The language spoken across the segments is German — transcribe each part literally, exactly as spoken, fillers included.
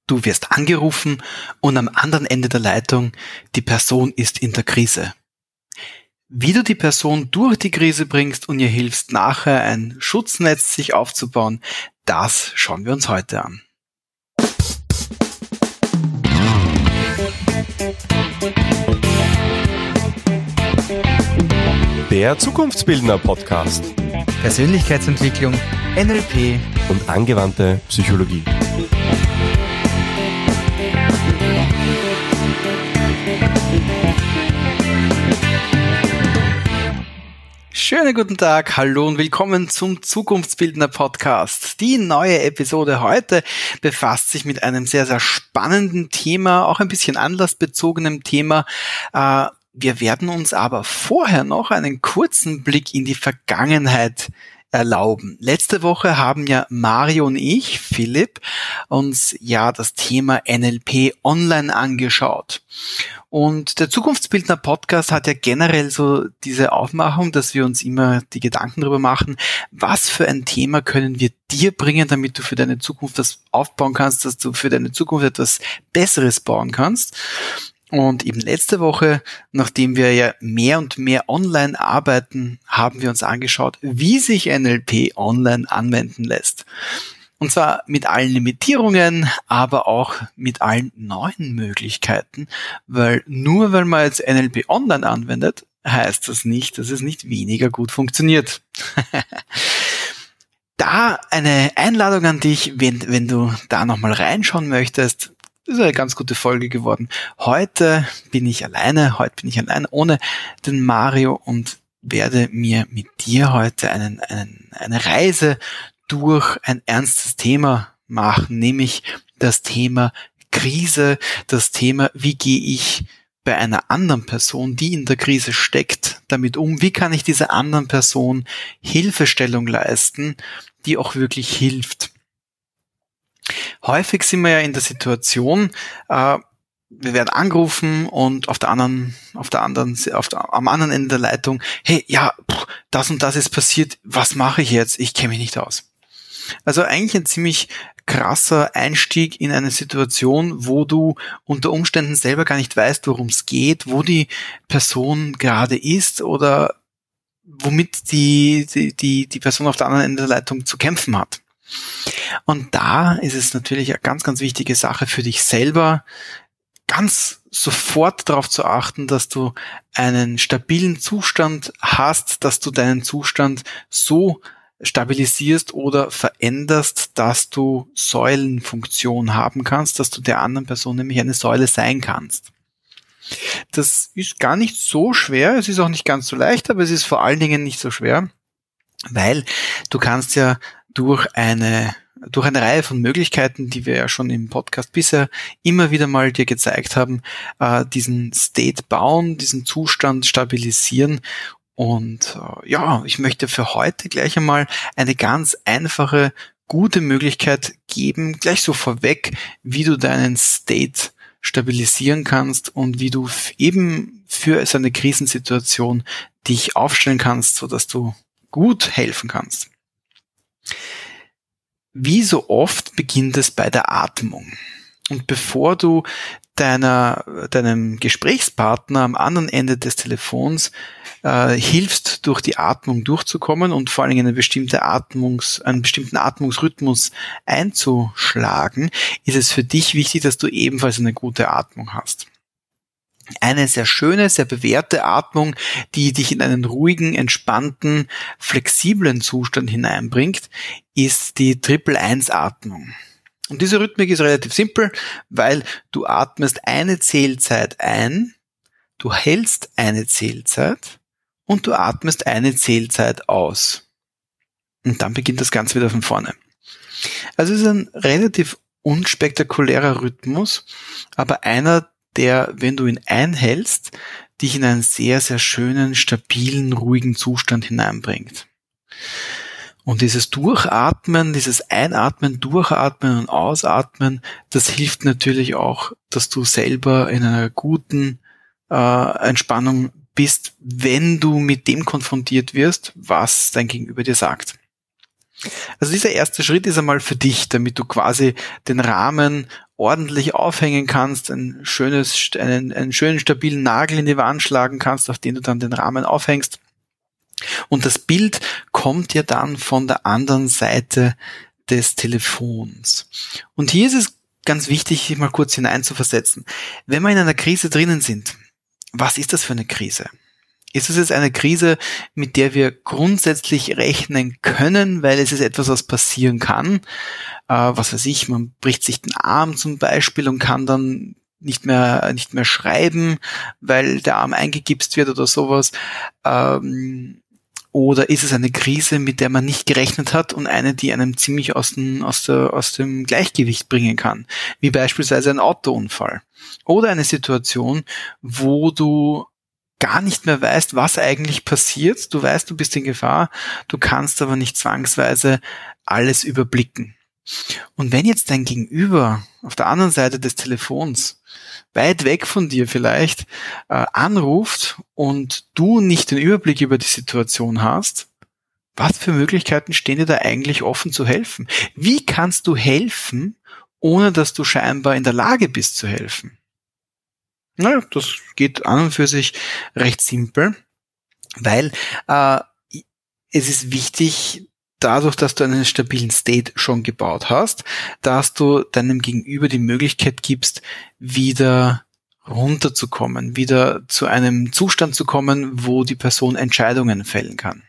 Du wirst angerufen und am anderen Ende der Leitung, die Person ist in der Krise. Wie du die Person durch die Krise bringst und ihr hilfst, nachher ein Schutznetz sich aufzubauen, das schauen wir uns heute an. Der Zukunftsbildner-Podcast. Persönlichkeitsentwicklung, N L P und angewandte Psychologie. Schönen guten Tag, hallo und willkommen zum Zukunftsbildner Podcast. Die neue Episode heute befasst sich mit einem sehr, sehr spannenden Thema, auch ein bisschen anlassbezogenem Thema. Äh, wir werden uns aber vorher noch einen kurzen Blick in die Vergangenheit erlauben. Letzte Woche haben ja Mario und ich, Philipp, uns ja das Thema N L P online angeschaut. Und der Zukunftsbildner Podcast hat ja generell so diese Aufmachung, dass wir uns immer die Gedanken darüber machen, was für ein Thema können wir dir bringen, damit du für deine Zukunft das aufbauen kannst, dass du für deine Zukunft etwas Besseres bauen kannst. Und eben letzte Woche, nachdem wir ja mehr und mehr online arbeiten, haben wir uns angeschaut, wie sich N L P online anwenden lässt. Und zwar mit allen Limitierungen, aber auch mit allen neuen Möglichkeiten, weil nur weil man jetzt N L P online anwendet, heißt das nicht, dass es nicht weniger gut funktioniert. Da eine Einladung an dich, wenn, wenn du da nochmal reinschauen möchtest. Das ist eine ganz gute Folge geworden. Heute bin ich alleine, heute bin ich alleine ohne den Mario und werde mir mit dir heute einen, einen, eine Reise durch ein ernstes Thema machen, nämlich das Thema Krise, das Thema, wie gehe ich bei einer anderen Person, die in der Krise steckt, damit um, wie kann ich dieser anderen Person Hilfestellung leisten, die auch wirklich hilft. Häufig sind wir ja in der Situation, äh, wir werden angerufen und auf der anderen, auf der anderen, auf der, am anderen Ende der Leitung, hey, ja, pff, das und das ist passiert, was mache ich jetzt? Ich kenne mich nicht aus. Also eigentlich ein ziemlich krasser Einstieg in eine Situation, wo du unter Umständen selber gar nicht weißt, worum es geht, wo die Person gerade ist oder womit die, die, die, die Person auf der anderen Ende der Leitung zu kämpfen hat. Und da ist es natürlich eine ganz, ganz wichtige Sache für dich selber, ganz sofort darauf zu achten, dass du einen stabilen Zustand hast, dass du deinen Zustand so stabilisierst oder veränderst, dass du Säulenfunktion haben kannst, dass du der anderen Person nämlich eine Säule sein kannst. Das ist gar nicht so schwer, es ist auch nicht ganz so leicht, aber es ist vor allen Dingen nicht so schwer, weil du kannst ja durch eine durch eine Reihe von Möglichkeiten, die wir ja schon im Podcast bisher immer wieder mal dir gezeigt haben, äh, diesen State bauen, diesen Zustand stabilisieren. Und äh, ja, ich möchte für heute gleich einmal eine ganz einfache, gute Möglichkeit geben, gleich so vorweg, wie du deinen State stabilisieren kannst und wie du f- eben für so eine Krisensituation dich aufstellen kannst, sodass du gut helfen kannst. Wie so oft beginnt es bei der Atmung. Und bevor du deiner, deinem Gesprächspartner am anderen Ende des Telefons äh, hilfst, durch die Atmung durchzukommen und vor allen Dingen eine bestimmte Atmungs, einen bestimmten Atmungsrhythmus einzuschlagen, ist es für dich wichtig, dass du ebenfalls eine gute Atmung hast. Eine sehr schöne, sehr bewährte Atmung, die dich in einen ruhigen, entspannten, flexiblen Zustand hineinbringt, ist die Triple eins Atmung. Und diese Rhythmik ist relativ simpel, weil du atmest eine Zählzeit ein, du hältst eine Zählzeit und du atmest eine Zählzeit aus. Und dann beginnt das Ganze wieder von vorne. Also es ist ein relativ unspektakulärer Rhythmus, aber einer, der, wenn du ihn einhältst, dich in einen sehr, sehr schönen, stabilen, ruhigen Zustand hineinbringt. Und dieses Durchatmen, dieses Einatmen, Durchatmen und Ausatmen, das hilft natürlich auch, dass du selber in einer guten äh, Entspannung bist, wenn du mit dem konfrontiert wirst, was dein Gegenüber dir sagt. Also dieser erste Schritt ist einmal für dich, damit du quasi den Rahmen ordentlich aufhängen kannst, ein schönes, einen, einen schönen stabilen Nagel in die Wand schlagen kannst, auf den du dann den Rahmen aufhängst. Und das Bild kommt ja dann von der anderen Seite des Telefons. Und hier ist es ganz wichtig, sich mal kurz hineinzuversetzen. Wenn wir in einer Krise drinnen sind, was ist das für eine Krise? Ist es jetzt eine Krise, mit der wir grundsätzlich rechnen können, weil es ist etwas, was passieren kann? Äh, was weiß ich, man bricht sich den Arm zum Beispiel und kann dann nicht mehr nicht mehr schreiben, weil der Arm eingegipst wird oder sowas. Ähm, oder ist es eine Krise, mit der man nicht gerechnet hat und eine, die einem ziemlich aus dem, aus der, aus dem Gleichgewicht bringen kann? Wie beispielsweise ein Autounfall. Oder eine Situation, wo du gar nicht mehr weißt, was eigentlich passiert. Du weißt, du bist in Gefahr, du kannst aber nicht zwangsweise alles überblicken. Und wenn jetzt dein Gegenüber auf der anderen Seite des Telefons, weit weg von dir vielleicht, äh, anruft und du nicht den Überblick über die Situation hast, was für Möglichkeiten stehen dir da eigentlich offen zu helfen? Wie kannst du helfen, ohne dass du scheinbar in der Lage bist zu helfen? Naja, das geht an und für sich recht simpel, weil äh, es ist wichtig, dadurch, dass du einen stabilen State schon gebaut hast, dass du deinem Gegenüber die Möglichkeit gibst, wieder runterzukommen, wieder zu einem Zustand zu kommen, wo die Person Entscheidungen fällen kann.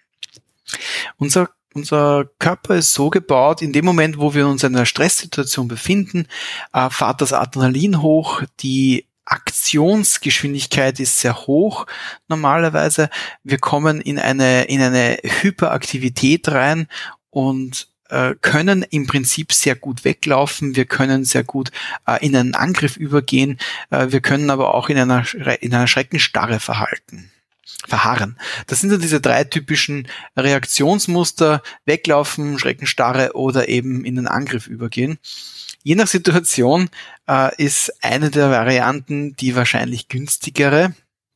Unser Unser Körper ist so gebaut, in dem Moment, wo wir uns in einer Stresssituation befinden, äh, fährt das Adrenalin hoch, die Aktionsgeschwindigkeit ist sehr hoch normalerweise. Wir kommen in eine in eine Hyperaktivität rein und äh, können im Prinzip sehr gut weglaufen. Wir können sehr gut äh, in einen Angriff übergehen. Äh, wir können aber auch in einer in einer Schreckensstarre verhalten. verharren. Das sind so diese drei typischen Reaktionsmuster: Weglaufen, Schreckenstarre oder eben in den Angriff übergehen. Je nach Situation äh, ist eine der Varianten die wahrscheinlich günstigere.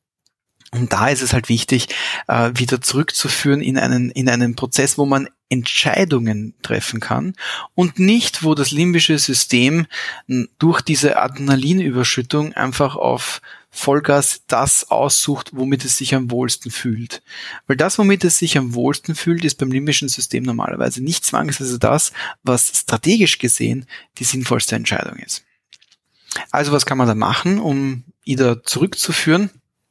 Und da ist es halt wichtig, äh, wieder zurückzuführen in einen, in einen Prozess, wo man Entscheidungen treffen kann und nicht, wo das limbische System durch diese Adrenalinüberschüttung einfach auf Vollgas das aussucht, womit es sich am wohlsten fühlt. Weil das, womit es sich am wohlsten fühlt, ist beim limbischen System normalerweise nicht zwangsweise das, was strategisch gesehen die sinnvollste Entscheidung ist. Also was kann man da machen, um wieder zurückzuführen?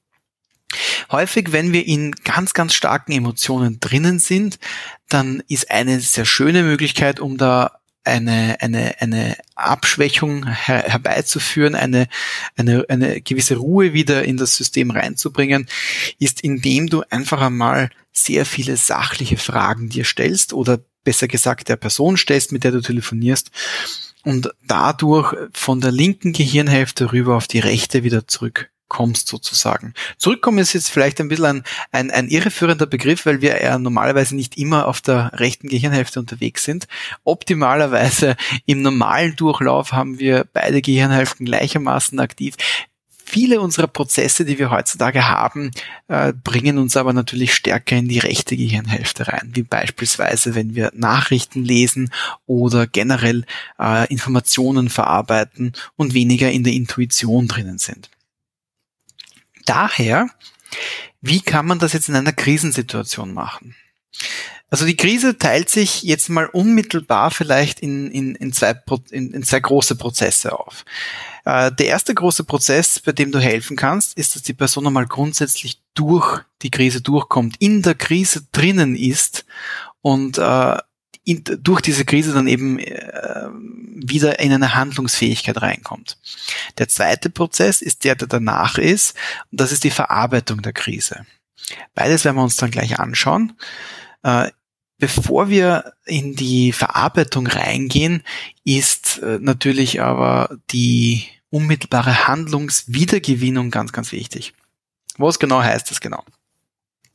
Häufig, wenn wir in ganz, ganz starken Emotionen drinnen sind, dann ist eine sehr schöne Möglichkeit, um da eine eine eine Abschwächung her, herbeizuführen, eine eine eine gewisse Ruhe wieder in das System reinzubringen, ist, indem du einfach einmal sehr viele sachliche Fragen dir stellst oder besser gesagt der Person stellst, mit der du telefonierst, und dadurch von der linken Gehirnhälfte rüber auf die rechte wieder zurück kommst sozusagen. Zurückkommen ist jetzt vielleicht ein bisschen ein, ein, ein irreführender Begriff, weil wir ja normalerweise nicht immer auf der rechten Gehirnhälfte unterwegs sind. Optimalerweise im normalen Durchlauf haben wir beide Gehirnhälften gleichermaßen aktiv. Viele unserer Prozesse, die wir heutzutage haben, äh, bringen uns aber natürlich stärker in die rechte Gehirnhälfte rein, wie beispielsweise, wenn wir Nachrichten lesen oder generell äh, Informationen verarbeiten und weniger in der Intuition drinnen sind. Daher, wie kann man das jetzt in einer Krisensituation machen? Also die Krise teilt sich jetzt mal unmittelbar vielleicht in, in, in, zwei, in, in zwei große Prozesse auf. Äh, der erste große Prozess, bei dem du helfen kannst, ist, dass die Person einmal grundsätzlich durch die Krise durchkommt, in der Krise drinnen ist und äh, in, durch diese Krise dann eben äh, wieder in eine Handlungsfähigkeit reinkommt. Der zweite Prozess ist der, der danach ist, und das ist die Verarbeitung der Krise. Beides werden wir uns dann gleich anschauen. Äh, bevor wir in die Verarbeitung reingehen, ist äh, natürlich aber die unmittelbare Handlungswiedergewinnung ganz, ganz wichtig. Was genau heißt das genau?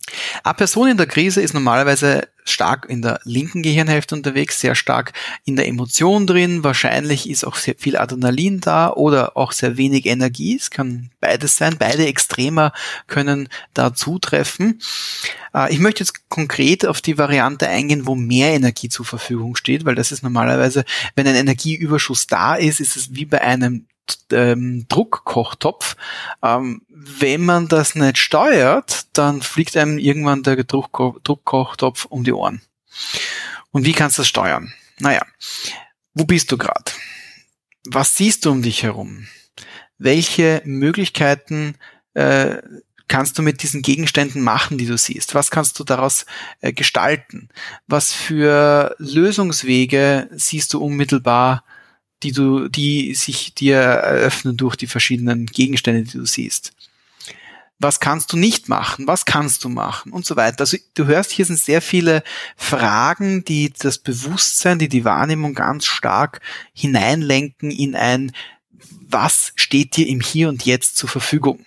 Eine Person in der Krise ist normalerweise stark in der linken Gehirnhälfte unterwegs, sehr stark in der Emotion drin. Wahrscheinlich ist auch sehr viel Adrenalin da oder auch sehr wenig Energie. Es kann beides sein. Beide Extremer können da zutreffen. Ich möchte jetzt konkret auf die Variante eingehen, wo mehr Energie zur Verfügung steht, weil das ist normalerweise, wenn ein Energieüberschuss da ist, ist es wie bei einem Ähm, Druckkochtopf. Ähm, wenn man das nicht steuert, dann fliegt einem irgendwann der Druck- Druckkochtopf um die Ohren. Und wie kannst du das steuern? Naja, wo bist du gerade? Was siehst du um dich herum? Welche Möglichkeiten äh, kannst du mit diesen Gegenständen machen, die du siehst? Was kannst du daraus äh, gestalten? Was für Lösungswege siehst du unmittelbar, die du, die sich dir eröffnen durch die verschiedenen Gegenstände, die du siehst? Was kannst du nicht machen? Was kannst du machen? Und so weiter. Also du hörst, hier sind sehr viele Fragen, die das Bewusstsein, die die Wahrnehmung ganz stark hineinlenken in ein, was steht dir im Hier und Jetzt zur Verfügung?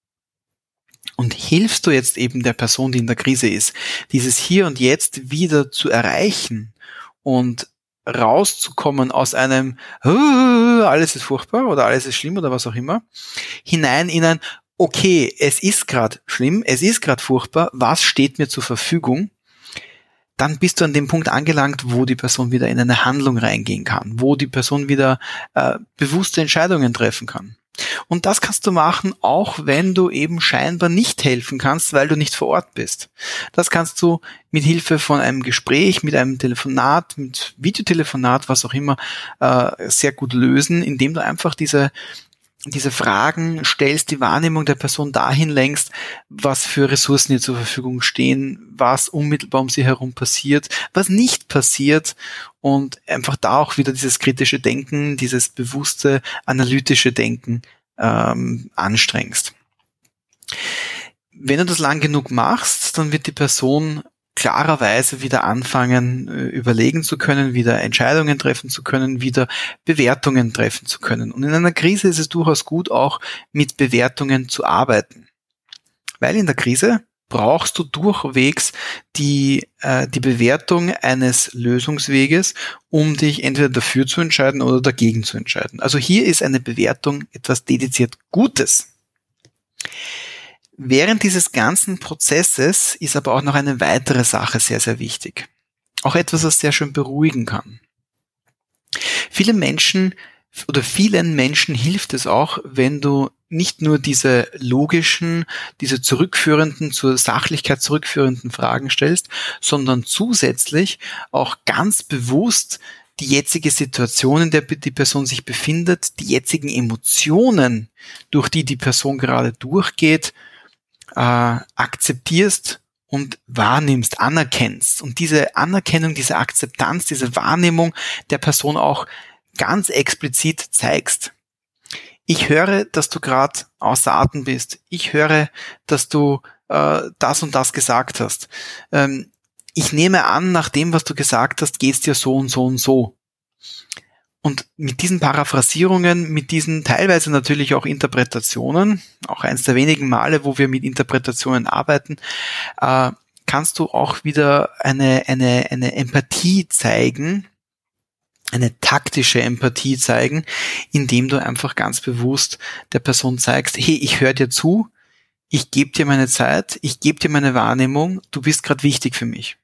Und hilfst du jetzt eben der Person, die in der Krise ist, dieses Hier und Jetzt wieder zu erreichen und rauszukommen aus einem alles ist furchtbar oder alles ist schlimm oder was auch immer, hinein in ein okay, es ist gerade schlimm, es ist gerade furchtbar, was steht mir zur Verfügung? Dann bist du an dem Punkt angelangt, wo die Person wieder in eine Handlung reingehen kann, wo die Person wieder äh, bewusste Entscheidungen treffen kann. Und das kannst du machen, auch wenn du eben scheinbar nicht helfen kannst, weil du nicht vor Ort bist. Das kannst du mit Hilfe von einem Gespräch, mit einem Telefonat, mit Videotelefonat, was auch immer, äh, sehr gut lösen, indem du einfach diese diese Fragen stellst, die Wahrnehmung der Person dahin lenkst, was für Ressourcen ihr zur Verfügung stehen, was unmittelbar um sie herum passiert, was nicht passiert und einfach da auch wieder dieses kritische Denken, dieses bewusste, analytische Denken ähm, anstrengst. Wenn du das lang genug machst, dann wird die Person klarerweise wieder anfangen, überlegen zu können, wieder Entscheidungen treffen zu können, wieder Bewertungen treffen zu können. Und in einer Krise ist es durchaus gut, auch mit Bewertungen zu arbeiten. Weil in der Krise brauchst du durchwegs die, äh, die Bewertung eines Lösungsweges, um dich entweder dafür zu entscheiden oder dagegen zu entscheiden. Also hier ist eine Bewertung etwas dediziert Gutes. Während dieses ganzen Prozesses ist aber auch noch eine weitere Sache sehr, sehr wichtig. Auch etwas, was sehr schön beruhigen kann. Viele Menschen oder vielen Menschen hilft es auch, wenn du nicht nur diese logischen, diese zurückführenden, zur Sachlichkeit zurückführenden Fragen stellst, sondern zusätzlich auch ganz bewusst die jetzige Situation, in der die Person sich befindet, die jetzigen Emotionen, durch die die Person gerade durchgeht, Äh, akzeptierst und wahrnimmst, anerkennst und diese Anerkennung, diese Akzeptanz, diese Wahrnehmung der Person auch ganz explizit zeigst. Ich höre, dass du gerade außer Atem bist. Ich höre, dass du äh, das und das gesagt hast. Ähm, ich nehme an, nach dem, was du gesagt hast, geht's dir so und so und so. Und mit diesen Paraphrasierungen, mit diesen teilweise natürlich auch Interpretationen, auch eins der wenigen Male, wo wir mit Interpretationen arbeiten, äh, kannst du auch wieder eine, eine, eine Empathie zeigen, eine taktische Empathie zeigen, indem du einfach ganz bewusst der Person zeigst, hey, ich höre dir zu, ich gebe dir meine Zeit, ich gebe dir meine Wahrnehmung, du bist gerade wichtig für mich.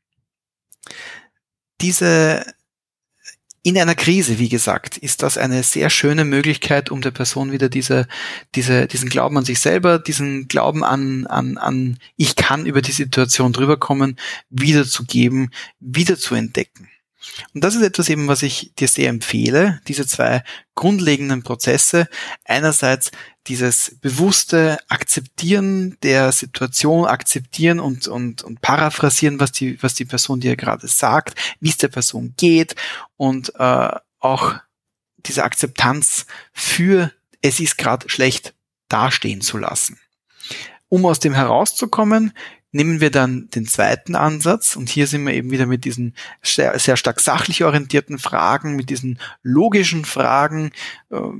Diese In einer Krise, wie gesagt, ist das eine sehr schöne Möglichkeit, um der Person wieder diese, diese, diesen Glauben an sich selber, diesen Glauben an, an, an, ich kann über die Situation drüber kommen, wiederzugeben, wieder zu entdecken. Und das ist etwas eben, was ich dir sehr empfehle, diese zwei grundlegenden Prozesse. Einerseits dieses bewusste Akzeptieren der Situation, akzeptieren und, und, und paraphrasieren, was die, was die Person dir gerade sagt, wie es der Person geht und äh, auch diese Akzeptanz für es ist gerade schlecht dastehen zu lassen. Um aus dem herauszukommen, nehmen wir dann den zweiten Ansatz und hier sind wir eben wieder mit diesen sehr, sehr stark sachlich orientierten Fragen, mit diesen logischen Fragen,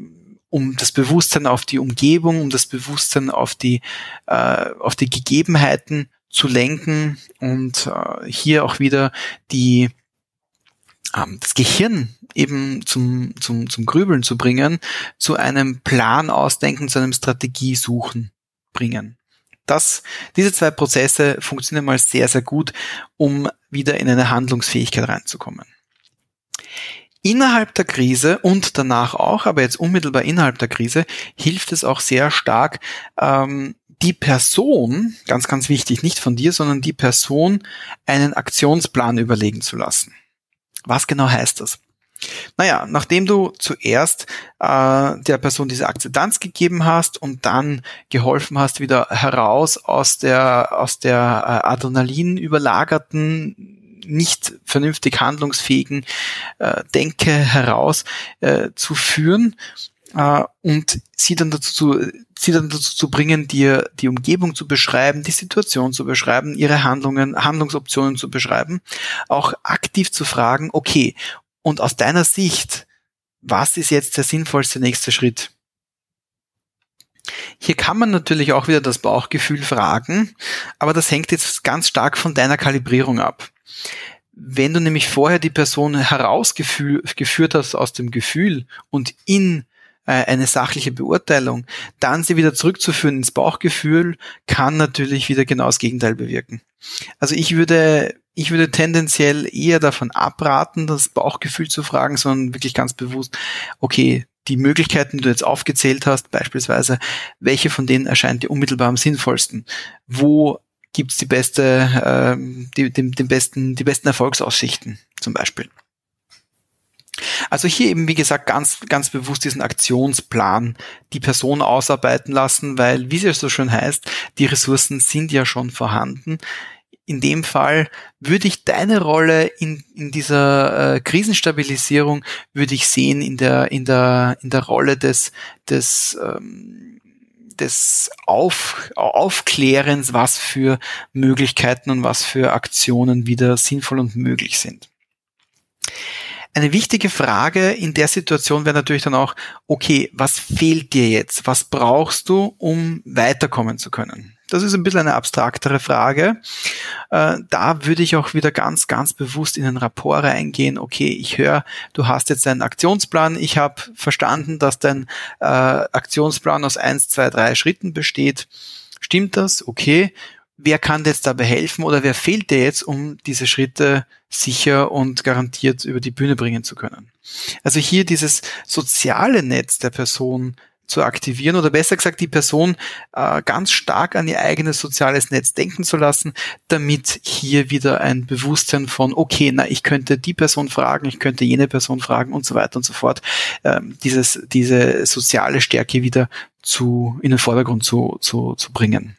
um das Bewusstsein auf die Umgebung, um das Bewusstsein auf die, äh, auf die Gegebenheiten zu lenken und äh, hier auch wieder die, ähm, das Gehirn eben zum, zum, zum Grübeln zu bringen, zu einem Plan ausdenken, zu einem Strategiesuchen bringen. Das, diese zwei Prozesse funktionieren mal sehr, sehr gut, um wieder in eine Handlungsfähigkeit reinzukommen. Innerhalb der Krise und danach auch, aber jetzt unmittelbar innerhalb der Krise, hilft es auch sehr stark, ähm, die Person, ganz, ganz wichtig, nicht von dir, sondern die Person einen Aktionsplan überlegen zu lassen. Was genau heißt das? Naja, nachdem du zuerst äh, der Person diese Akzeptanz gegeben hast und dann geholfen hast, wieder heraus aus der aus der äh, Adrenalin überlagerten, nicht vernünftig handlungsfähigen äh, Denke heraus äh, zu führen äh, und sie dann dazu zu, sie dann dazu zu bringen, dir die Umgebung zu beschreiben, die Situation zu beschreiben, ihre Handlungen, Handlungsoptionen zu beschreiben, auch aktiv zu fragen, okay, und aus deiner Sicht, was ist jetzt der sinnvollste nächste Schritt? Hier kann man natürlich auch wieder das Bauchgefühl fragen, aber das hängt jetzt ganz stark von deiner Kalibrierung ab. Wenn du nämlich vorher die Person herausgeführt hast aus dem Gefühl und in äh, eine sachliche Beurteilung, dann sie wieder zurückzuführen ins Bauchgefühl, kann natürlich wieder genau das Gegenteil bewirken. Also ich würde, ich würde tendenziell eher davon abraten, das Bauchgefühl zu fragen, sondern wirklich ganz bewusst, okay, die Möglichkeiten, die du jetzt aufgezählt hast, beispielsweise, welche von denen erscheint dir unmittelbar am sinnvollsten? Wo gibt's die beste, äh, die, den, den besten, die besten Erfolgsaussichten zum Beispiel? Also hier eben, wie gesagt, ganz, ganz bewusst diesen Aktionsplan die Person ausarbeiten lassen, weil, wie es ja so schön heißt, die Ressourcen sind ja schon vorhanden. In dem Fall würde ich deine Rolle in, in dieser äh, Krisenstabilisierung würde ich sehen in der, in der, in der Rolle des, des, ähm, des Auf, Aufklärens, was für Möglichkeiten und was für Aktionen wieder sinnvoll und möglich sind. Eine wichtige Frage in der Situation wäre natürlich dann auch, okay, was fehlt dir jetzt? Was brauchst du, um weiterkommen zu können? Das ist ein bisschen eine abstraktere Frage. Äh, da würde ich auch wieder ganz, ganz bewusst in den Rapport reingehen. Okay, ich höre, du hast jetzt einen Aktionsplan. Ich habe verstanden, dass dein äh, Aktionsplan aus eins, zwei, drei Schritten besteht. Stimmt das? Okay. Wer kann dir jetzt dabei helfen oder wer fehlt dir jetzt, um diese Schritte sicher und garantiert über die Bühne bringen zu können? Also hier dieses soziale Netz der Person zu aktivieren oder besser gesagt die Person äh, ganz stark an ihr eigenes soziales Netz denken zu lassen, damit hier wieder ein Bewusstsein von, okay, na, ich könnte die Person fragen, ich könnte jene Person fragen und so weiter und so fort, ähm, dieses, diese soziale Stärke wieder zu, in den Vordergrund zu, zu, zu bringen.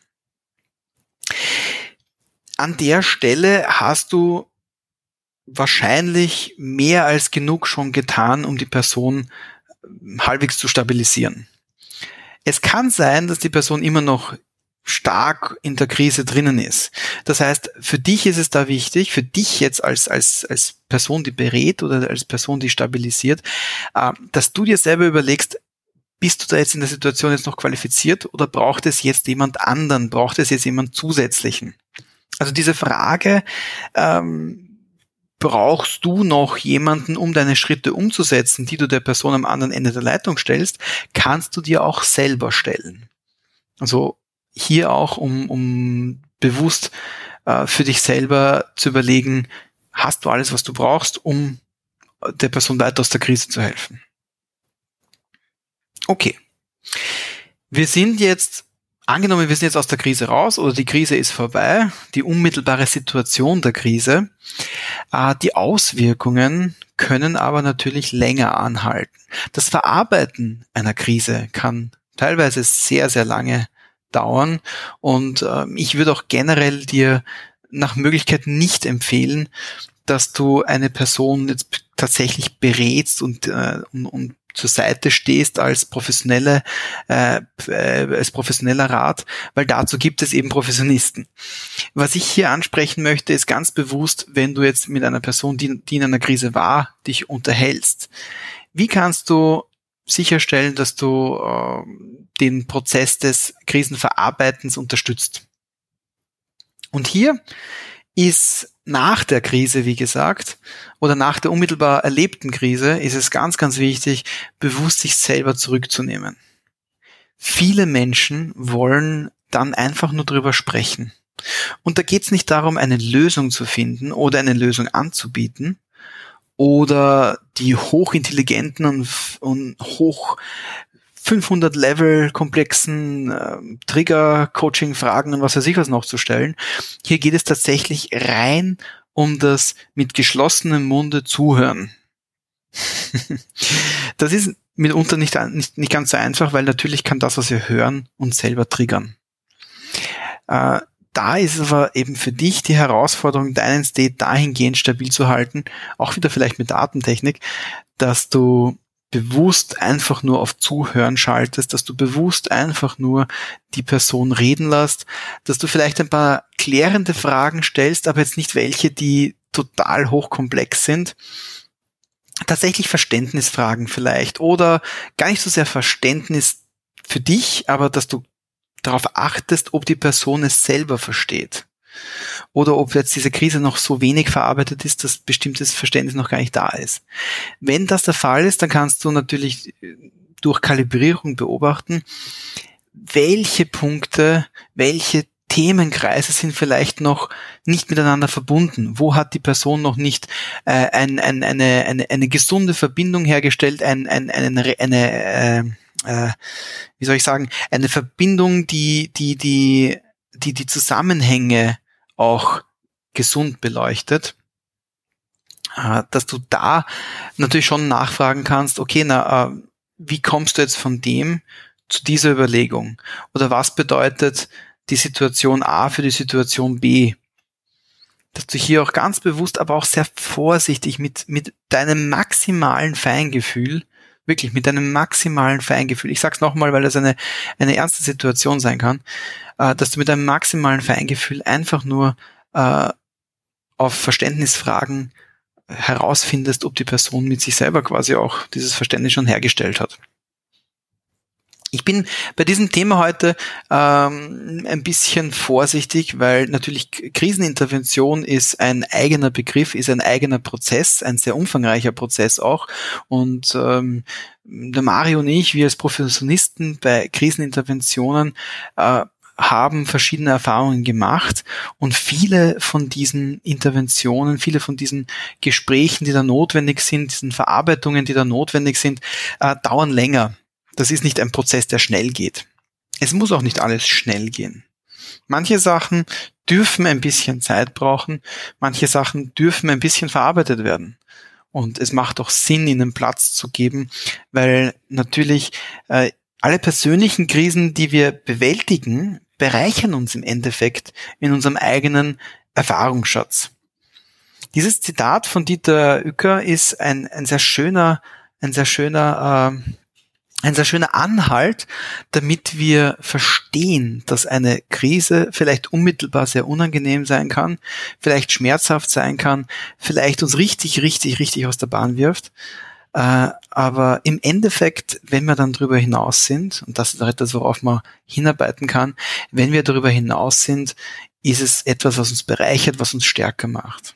An der Stelle hast du wahrscheinlich mehr als genug schon getan, um die Person halbwegs zu stabilisieren. Es kann sein, dass die Person immer noch stark in der Krise drinnen ist. Das heißt, für dich ist es da wichtig, für dich jetzt als, als, als Person, die berät oder als Person, die stabilisiert, dass du dir selber überlegst, bist du da jetzt in der Situation jetzt noch qualifiziert oder braucht es jetzt jemand anderen, braucht es jetzt jemand zusätzlichen? Also diese Frage, ähm, brauchst du noch jemanden, um deine Schritte umzusetzen, die du der Person am anderen Ende der Leitung stellst, kannst du dir auch selber stellen. Also hier auch, um, um bewusst äh, für dich selber zu überlegen, hast du alles, was du brauchst, um der Person weiter aus der Krise zu helfen. Okay. Wir sind jetzt, angenommen, wir sind jetzt aus der Krise raus oder die Krise ist vorbei, die unmittelbare Situation der Krise. Äh, die Auswirkungen können aber natürlich länger anhalten. Das Verarbeiten einer Krise kann teilweise sehr, sehr lange dauern und äh, ich würde auch generell dir nach Möglichkeit nicht empfehlen, dass du eine Person jetzt tatsächlich berätst und, äh, und, und zur Seite stehst als professionelle, äh, äh, als professioneller Rat, weil dazu gibt es eben Professionisten. Was ich hier ansprechen möchte, ist ganz bewusst, wenn du jetzt mit einer Person, die, die in einer Krise war, dich unterhältst. Wie kannst du sicherstellen, dass du äh, den Prozess des Krisenverarbeitens unterstützt. Und hier ist nach der Krise, wie gesagt, oder nach der unmittelbar erlebten Krise, ist es ganz, ganz wichtig, bewusst sich selber zurückzunehmen. Viele Menschen wollen dann einfach nur drüber sprechen. Und da geht es nicht darum, eine Lösung zu finden oder eine Lösung anzubieten oder die hochintelligenten und, und hoch fünfhundert Level komplexen äh, Trigger-Coaching-Fragen und was weiß ich was noch zu stellen. Hier geht es tatsächlich rein um das mit geschlossenem Munde zuhören. Das ist mitunter nicht, nicht, nicht ganz so einfach, weil natürlich kann das, was wir hören, uns selber triggern. Äh, da ist aber eben für dich die Herausforderung, deinen State dahingehend stabil zu halten, auch wieder vielleicht mit der Atemtechnik, dass du bewusst einfach nur auf Zuhören schaltest, dass du bewusst einfach nur die Person reden lässt, dass du vielleicht ein paar klärende Fragen stellst, aber jetzt nicht welche, die total hochkomplex sind. Tatsächlich Verständnisfragen vielleicht oder gar nicht so sehr Verständnis für dich, aber dass du darauf achtest, ob die Person es selber versteht. Oder ob jetzt diese Krise noch so wenig verarbeitet ist, dass bestimmtes Verständnis noch gar nicht da ist. Wenn das der Fall ist, dann kannst du natürlich durch Kalibrierung beobachten, welche Punkte, welche Themenkreise sind vielleicht noch nicht miteinander verbunden. Wo hat die Person noch nicht äh, ein, ein, eine, eine, eine gesunde Verbindung hergestellt, ein, ein, eine, eine äh, äh, wie soll ich sagen, eine Verbindung, die die die die die Zusammenhänge auch gesund beleuchtet, äh, dass du da natürlich schon nachfragen kannst, okay, na, äh, wie kommst du jetzt von dem zu dieser Überlegung? Oder was bedeutet die Situation A für die Situation B? Dass du hier auch ganz bewusst, aber auch sehr vorsichtig mit mit deinem maximalen Feingefühl, wirklich mit deinem maximalen Feingefühl, ich sag's nochmal, weil das eine eine ernste Situation sein kann, äh, dass du mit deinem maximalen Feingefühl einfach nur äh, auf Verständnisfragen herausfindest, ob die Person mit sich selber quasi auch dieses Verständnis schon hergestellt hat. Ich bin bei diesem Thema heute ähm, ein bisschen vorsichtig, weil natürlich Krisenintervention ist ein eigener Begriff, ist ein eigener Prozess, ein sehr umfangreicher Prozess auch. Und ähm, der Mario und ich, wir als Professionisten bei Kriseninterventionen, äh, haben verschiedene Erfahrungen gemacht und viele von diesen Interventionen, viele von diesen Gesprächen, die da notwendig sind, diesen Verarbeitungen, die da notwendig sind, äh, dauern länger. Das ist nicht ein Prozess, der schnell geht. Es muss auch nicht alles schnell gehen. Manche Sachen dürfen ein bisschen Zeit brauchen, manche Sachen dürfen ein bisschen verarbeitet werden. Und es macht auch Sinn, ihnen Platz zu geben, weil natürlich äh, alle persönlichen Krisen, die wir bewältigen, bereichern uns im Endeffekt in unserem eigenen Erfahrungsschatz. Dieses Zitat von Dieter Uecker ist ein, ein sehr schöner, ein sehr schöner äh, Ein sehr schöner Anhalt, damit wir verstehen, dass eine Krise vielleicht unmittelbar sehr unangenehm sein kann, vielleicht schmerzhaft sein kann, vielleicht uns richtig, richtig, richtig aus der Bahn wirft. Äh, aber im Endeffekt, wenn wir dann darüber hinaus sind, und das ist etwas, worauf man hinarbeiten kann, wenn wir darüber hinaus sind, ist es etwas, was uns bereichert, was uns stärker macht.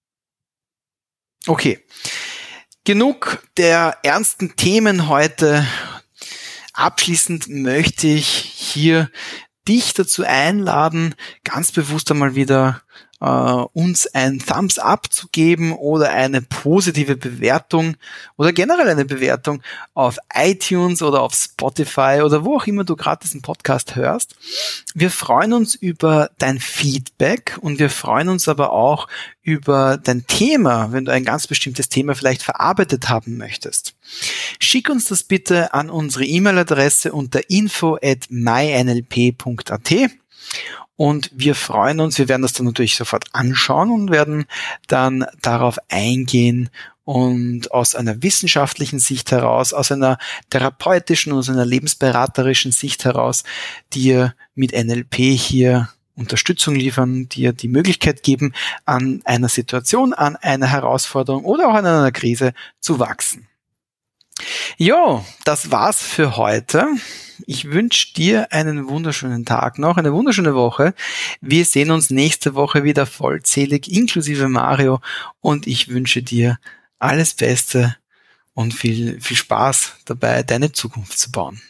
Okay. Genug der ernsten Themen heute. Abschließend möchte ich hier dich dazu einladen, ganz bewusst einmal wieder äh, uns ein Thumbs Up zu geben oder eine positive Bewertung oder generell eine Bewertung auf iTunes oder auf Spotify oder wo auch immer du gerade diesen Podcast hörst. Wir freuen uns über dein Feedback und wir freuen uns aber auch über dein Thema, wenn du ein ganz bestimmtes Thema vielleicht verarbeitet haben möchtest. Schick uns das bitte an unsere E-Mail-Adresse unter info at my n l p punkt a t und wir freuen uns, wir werden das dann natürlich sofort anschauen und werden dann darauf eingehen und aus einer wissenschaftlichen Sicht heraus, aus einer therapeutischen, aus einer lebensberaterischen Sicht heraus dir mit N L P hier Unterstützung liefern, dir die Möglichkeit geben, an einer Situation, an einer Herausforderung oder auch an einer Krise zu wachsen. Jo, das war's für heute. Ich wünsche dir einen wunderschönen Tag noch, eine wunderschöne Woche. Wir sehen uns nächste Woche wieder vollzählig, inklusive Mario. Und ich wünsche dir alles Beste und viel, viel Spaß dabei, deine Zukunft zu bauen.